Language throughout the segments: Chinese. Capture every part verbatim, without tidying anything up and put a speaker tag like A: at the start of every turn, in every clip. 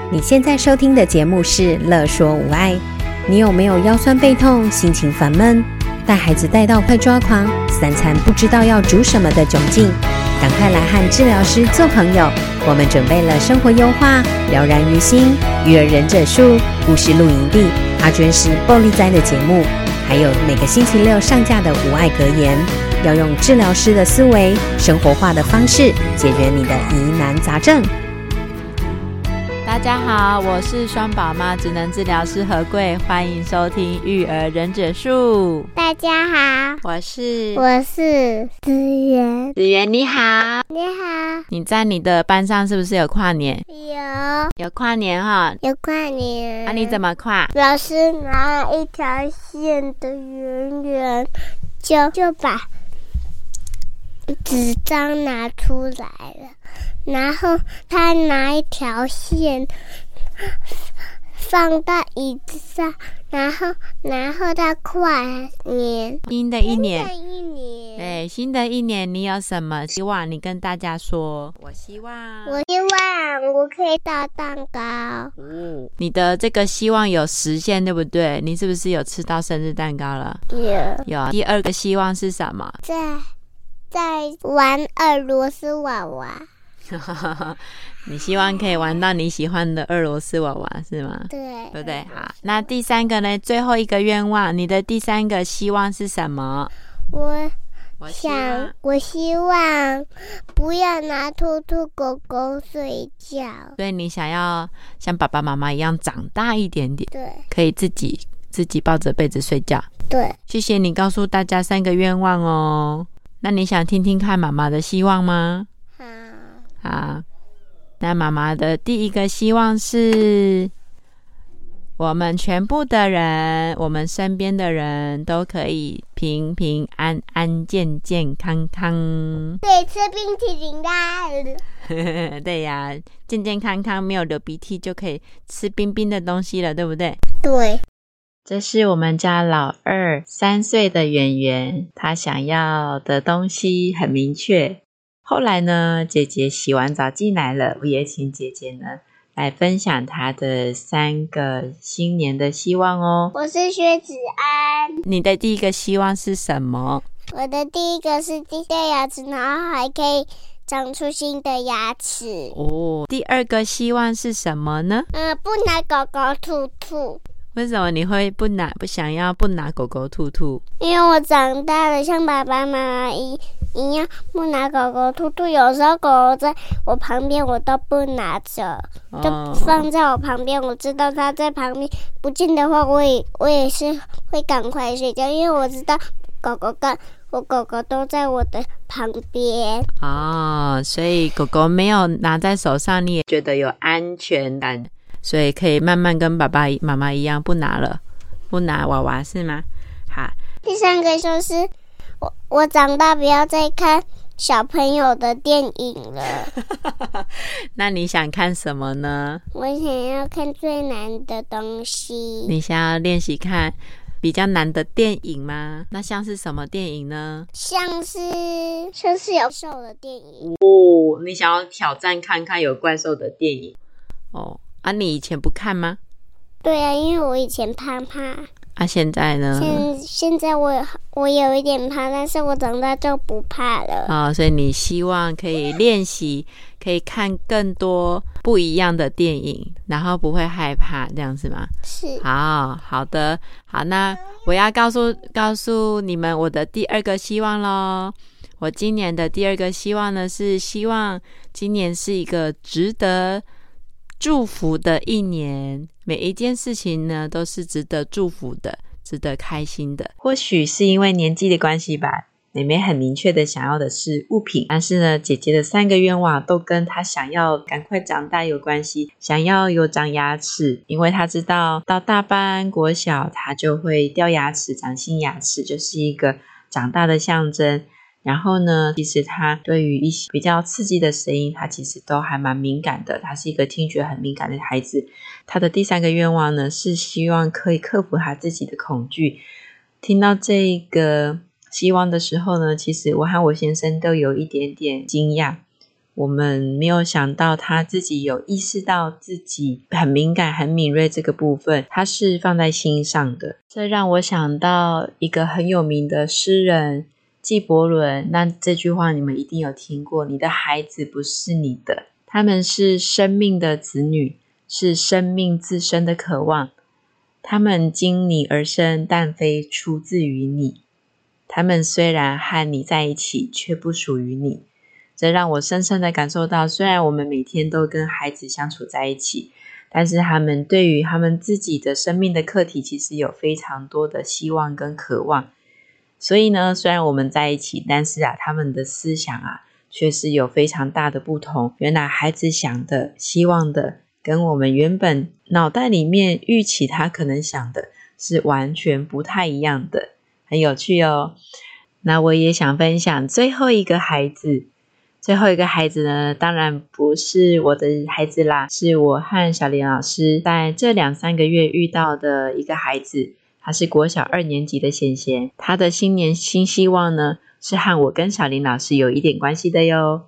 A: 你现在收听的节目是乐说无爱。你有没有腰酸背痛、心情烦闷、带孩子带到快抓狂、三餐不知道要煮什么的窘境？赶快来和治疗师做朋友，我们准备了生活优化、了然于心、育儿忍者术、故事露营地、阿娟是暴力灾的节目，还有每个星期六上架的无爱格言，要用治疗师的思维、生活化的方式解决你的疑难杂症。
B: 大家好，我是双宝妈职能治疗师何贵，欢迎收听育儿忍者术。
C: 大家好，
B: 我是
C: 我是子源。
B: 子源你好。
C: 你好。
B: 你在你的班上是不是有跨年？
C: 有
B: 有跨年哈，
C: 有跨年。
B: 啊，你怎么跨？
C: 老师拿了一条线的圆圆，就就把纸张拿出来了，然后他拿一条线放到椅子上，然后然后他跨年。
B: 新的一年，
C: 新的一年，
B: 对，新的一年你有什么希望？你跟大家说。我希望，
C: 我希望我可以打蛋糕。
B: 哦，你的这个希望有实现，对不对？你是不是有吃到生日蛋糕了？
C: 有。
B: 有。第二个希望是什么？
C: 在在玩俄罗斯娃娃。
B: 你希望可以玩到你喜欢的俄罗斯娃娃是吗？
C: 对，
B: 对不对？好，那第三个呢？最后一个愿望，你的第三个希望是什么？
C: 我
B: 我
C: 想，我希望不要拿兔兔狗狗睡觉。
B: 所以你想要像爸爸妈妈一样长大一点点，
C: 对，
B: 可以自己自己抱着被子睡觉。
C: 对，
B: 谢谢你告诉大家三个愿望哦。那你想听听看妈妈的希望吗？
C: 好。
B: 好，那妈妈的第一个希望是我们全部的人，我们身边的人都可以平平安安、健健康康。
C: 对，吃冰淇淋啦。
B: 对呀，健健康康，没有流鼻涕就可以吃冰冰的东西了，对不对？
C: 对。
B: 这是我们家老二三岁的圆圆，他想要的东西很明确。后来呢，姐姐洗完澡进来了，我也请姐姐呢来分享她的三个新年的希望哦。
C: 我是薛子安。
B: 你的第一个希望是什么？
C: 我的第一个是掉牙齿，然后还可以长出新的牙齿。
B: 哦，第二个希望是什么呢？
C: 嗯，不拿狗狗兔兔。
B: 为什么你会不拿不想要不拿狗狗兔兔？
C: 因为我长大了，像爸爸妈妈一一样不拿狗狗兔兔。有时候狗狗在我旁边，我都不拿着，就放在我旁边。我知道它在旁边，不见的话，我也我也是会赶快睡觉，因为我知道狗狗跟我狗狗都在我的旁边。
B: 哦，所以狗狗没有拿在手上，你也觉得有安全感。所以可以慢慢跟爸爸妈妈一样不拿了，不拿娃娃是吗？好，
C: 第三个就是我我长大不要再看小朋友的电影了。
B: 那你想看什么呢？
C: 我想要看最难的东西。
B: 你想要练习看比较难的电影吗？那像是什么电影呢？
C: 像是像是有兽的电影。
B: 哦，你想要挑战看看有怪兽的电影哦。啊，你以前不看吗？
C: 对啊，因为我以前怕怕。
B: 啊，现在呢？
C: 现现在我我有一点怕，但是我长大就不怕了。
B: 哦，所以你希望可以练习，可以看更多不一样的电影，然后不会害怕，这样是吗？
C: 是。
B: 好，好的，好，那我要告诉告诉你们我的第二个希望咯。我今年的第二个希望呢，是希望今年是一个值得祝福的一年，每一件事情呢都是值得祝福的，值得开心的。或许是因为年纪的关系吧，妹妹很明确的想要的是物品，但是呢，姐姐的三个愿望都跟她想要赶快长大有关系。想要有长牙齿，因为她知道到大班国小她就会掉牙齿，长新牙齿就是一个长大的象征。然后呢，其实他对于一些比较刺激的声音，他其实都还蛮敏感的，他是一个听觉很敏感的孩子。他的第三个愿望呢，是希望可以克服他自己的恐惧。听到这个希望的时候呢，其实我和我先生都有一点点惊讶。 我们没有想到他自己有意识到自己很敏感很敏锐这个部分，他是放在心上的。这让我想到一个很有名的诗人纪伯伦，那这句话你们一定有听过，你的孩子不是你的，他们是生命的子女，是生命自身的渴望，他们经你而生，但非出自于你，他们虽然和你在一起，却不属于你。这让我深深的感受到，虽然我们每天都跟孩子相处在一起，但是他们对于他们自己的生命的课题其实有非常多的希望跟渴望。所以呢，虽然我们在一起，但是啊，他们的思想啊却是有非常大的不同。原来孩子想的希望的跟我们原本脑袋里面预期他可能想的是完全不太一样的，很有趣哦。那我也想分享最后一个孩子，最后一个孩子呢，当然不是我的孩子啦，是我和小莲老师在这两三个月遇到的一个孩子，他是国小二年级的贤贤，他的新年新希望呢，是和我跟小林老师有一点关系的哟。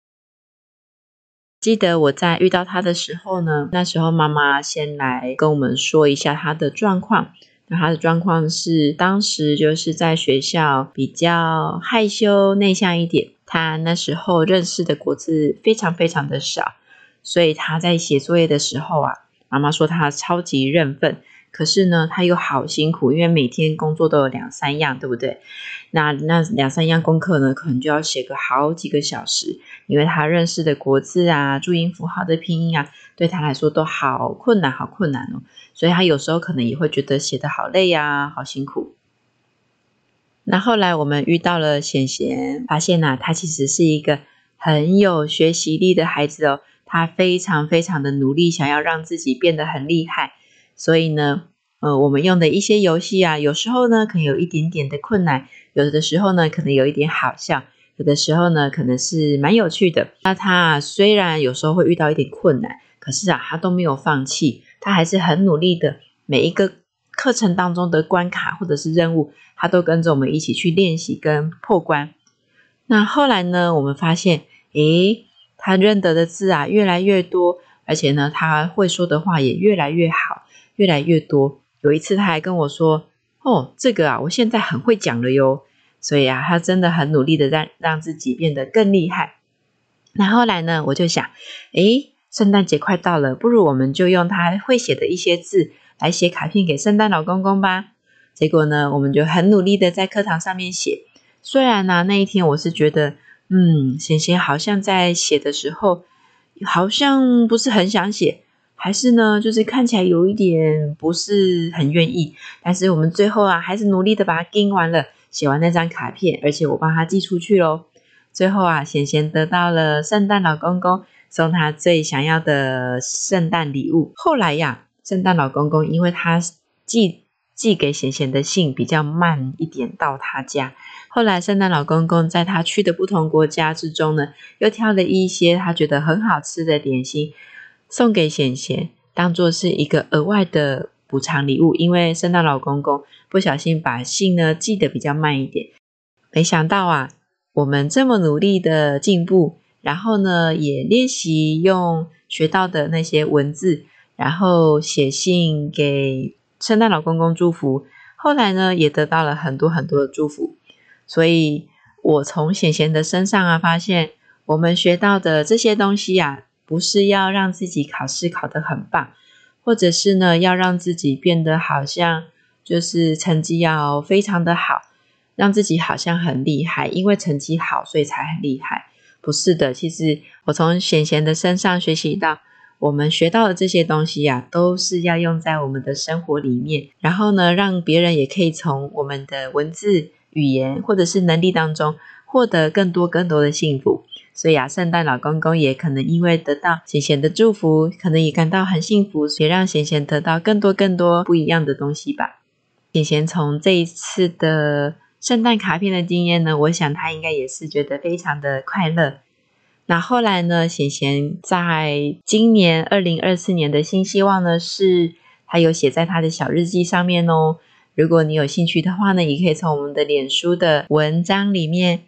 B: 记得我在遇到他的时候呢，那时候妈妈先来跟我们说一下他的状况。那他的状况是，当时就是在学校比较害羞内向一点，他那时候认识的国字非常非常的少，所以他在写作业的时候啊，妈妈说他超级认份，可是呢他又好辛苦，因为每天工作都有两三样，对不对？那那两三样功课呢，可能就要写个好几个小时，因为他认识的国字啊、注音符号的拼音啊，对他来说都好困难好困难哦，所以他有时候可能也会觉得写得好累啊，好辛苦。那后来我们遇到了贤贤，发现啊，他其实是一个很有学习力的孩子哦，他非常非常的努力，想要让自己变得很厉害。所以呢，呃，我们用的一些游戏啊，有时候呢可能有一点点的困难，有的时候呢可能有一点好笑，有的时候呢可能是蛮有趣的。那他啊，虽然有时候会遇到一点困难，可是啊，他都没有放弃，他还是很努力的，每一个课程当中的关卡或者是任务，他都跟着我们一起去练习跟破关。那后来呢，我们发现诶，他认得的字啊越来越多，而且呢他会说的话也越来越好，越来越多。有一次他还跟我说，哦，这个啊我现在很会讲了哟。所以啊，他真的很努力的让让自己变得更厉害。那后来呢，我就想诶，圣诞节快到了，不如我们就用他会写的一些字来写卡片给圣诞老公公吧。结果呢，我们就很努力的在课堂上面写。虽然呢、啊、那一天我是觉得嗯，贤贤好像在写的时候好像不是很想写，还是呢就是看起来有一点不是很愿意，但是我们最后啊还是努力的把它盯完了，写完那张卡片，而且我帮他寄出去咯。最后啊，贤贤得到了圣诞老公公送他最想要的圣诞礼物。后来呀，圣诞老公公因为他寄寄给贤贤的信比较慢一点到他家，后来圣诞老公公在他去的不同国家之中呢，又挑了一些他觉得很好吃的点心送给贤贤，当作是一个额外的补偿礼物。因为圣诞老公公不小心把信呢寄得比较慢一点，没想到啊，我们这么努力的进步，然后呢也练习用学到的那些文字，然后写信给圣诞老公公祝福，后来呢也得到了很多很多的祝福。所以我从贤贤的身上啊发现，我们学到的这些东西啊，不是要让自己考试考得很棒，或者是呢要让自己变得好像就是成绩要非常的好，让自己好像很厉害，因为成绩好所以才很厉害。不是的，其实我从贤贤的身上学习到，我们学到的这些东西啊，都是要用在我们的生活里面，然后呢让别人也可以从我们的文字语言或者是能力当中获得更多更多的幸福。所以啊，圣诞老公公也可能因为得到贤贤的祝福，可能也感到很幸福，也让贤贤得到更多更多不一样的东西吧。贤贤从这一次的圣诞卡片的经验呢，我想他应该也是觉得非常的快乐。那后来呢，贤贤在今年二零二四年的新希望呢，是他有写在他的小日记上面哦。如果你有兴趣的话呢，也可以从我们的脸书的文章里面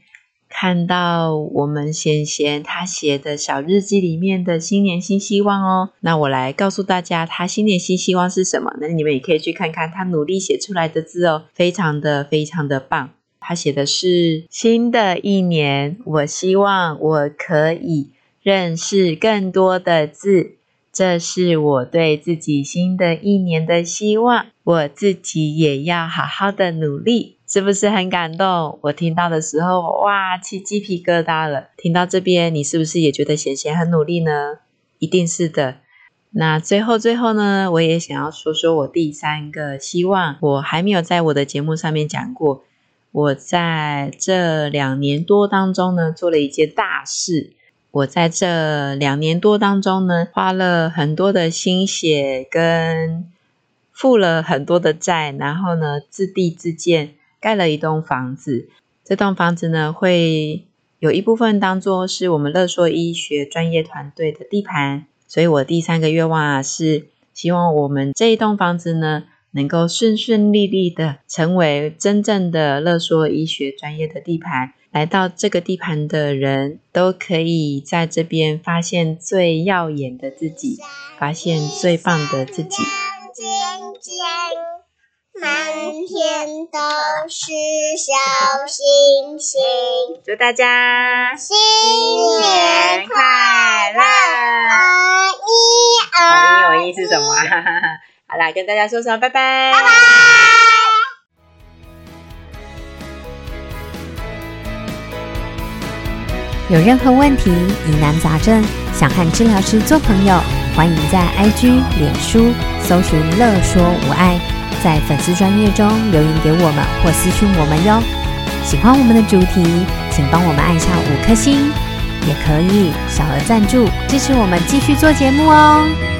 B: 看到我们贤贤他写的小日记里面的新年新希望哦。那我来告诉大家他新年新希望是什么，那你们也可以去看看他努力写出来的字哦，非常的非常的棒。他写的是新的一年，我希望我可以认识更多的字，这是我对自己新的一年的希望，我自己也要好好的努力。是不是很感动？我听到的时候，哇，起鸡皮疙瘩了。听到这边，你是不是也觉得贤贤很努力呢？一定是的。那最后最后呢，我也想要说说我第三个希望，我还没有在我的节目上面讲过。我在这两年多当中呢，做了一件大事。我在这两年多当中呢，花了很多的心血，跟付了很多的债，然后呢，自地自建。盖了一栋房子，这栋房子呢会有一部分当作是我们乐说医学专业团队的地盘，所以我第三个愿望啊是希望我们这一栋房子呢能够顺顺利利的成为真正的乐说医学专业的地盘，来到这个地盘的人都可以在这边发现最耀眼的自己，发现最棒的自己。
C: 满天都是小星星，
B: 祝大家
C: 新年快乐！
B: 哦一哦一是什么啊？好啦，跟大家说声拜拜，拜拜。
A: 有任何问题、疑难杂症，想和治疗师做朋友，欢迎在 I G、脸书搜寻乐说无碍，在粉丝专页中留言给我们或私讯我们哟。喜欢我们的主题，请帮我们按下五颗星，也可以小额赞助支持我们继续做节目哦。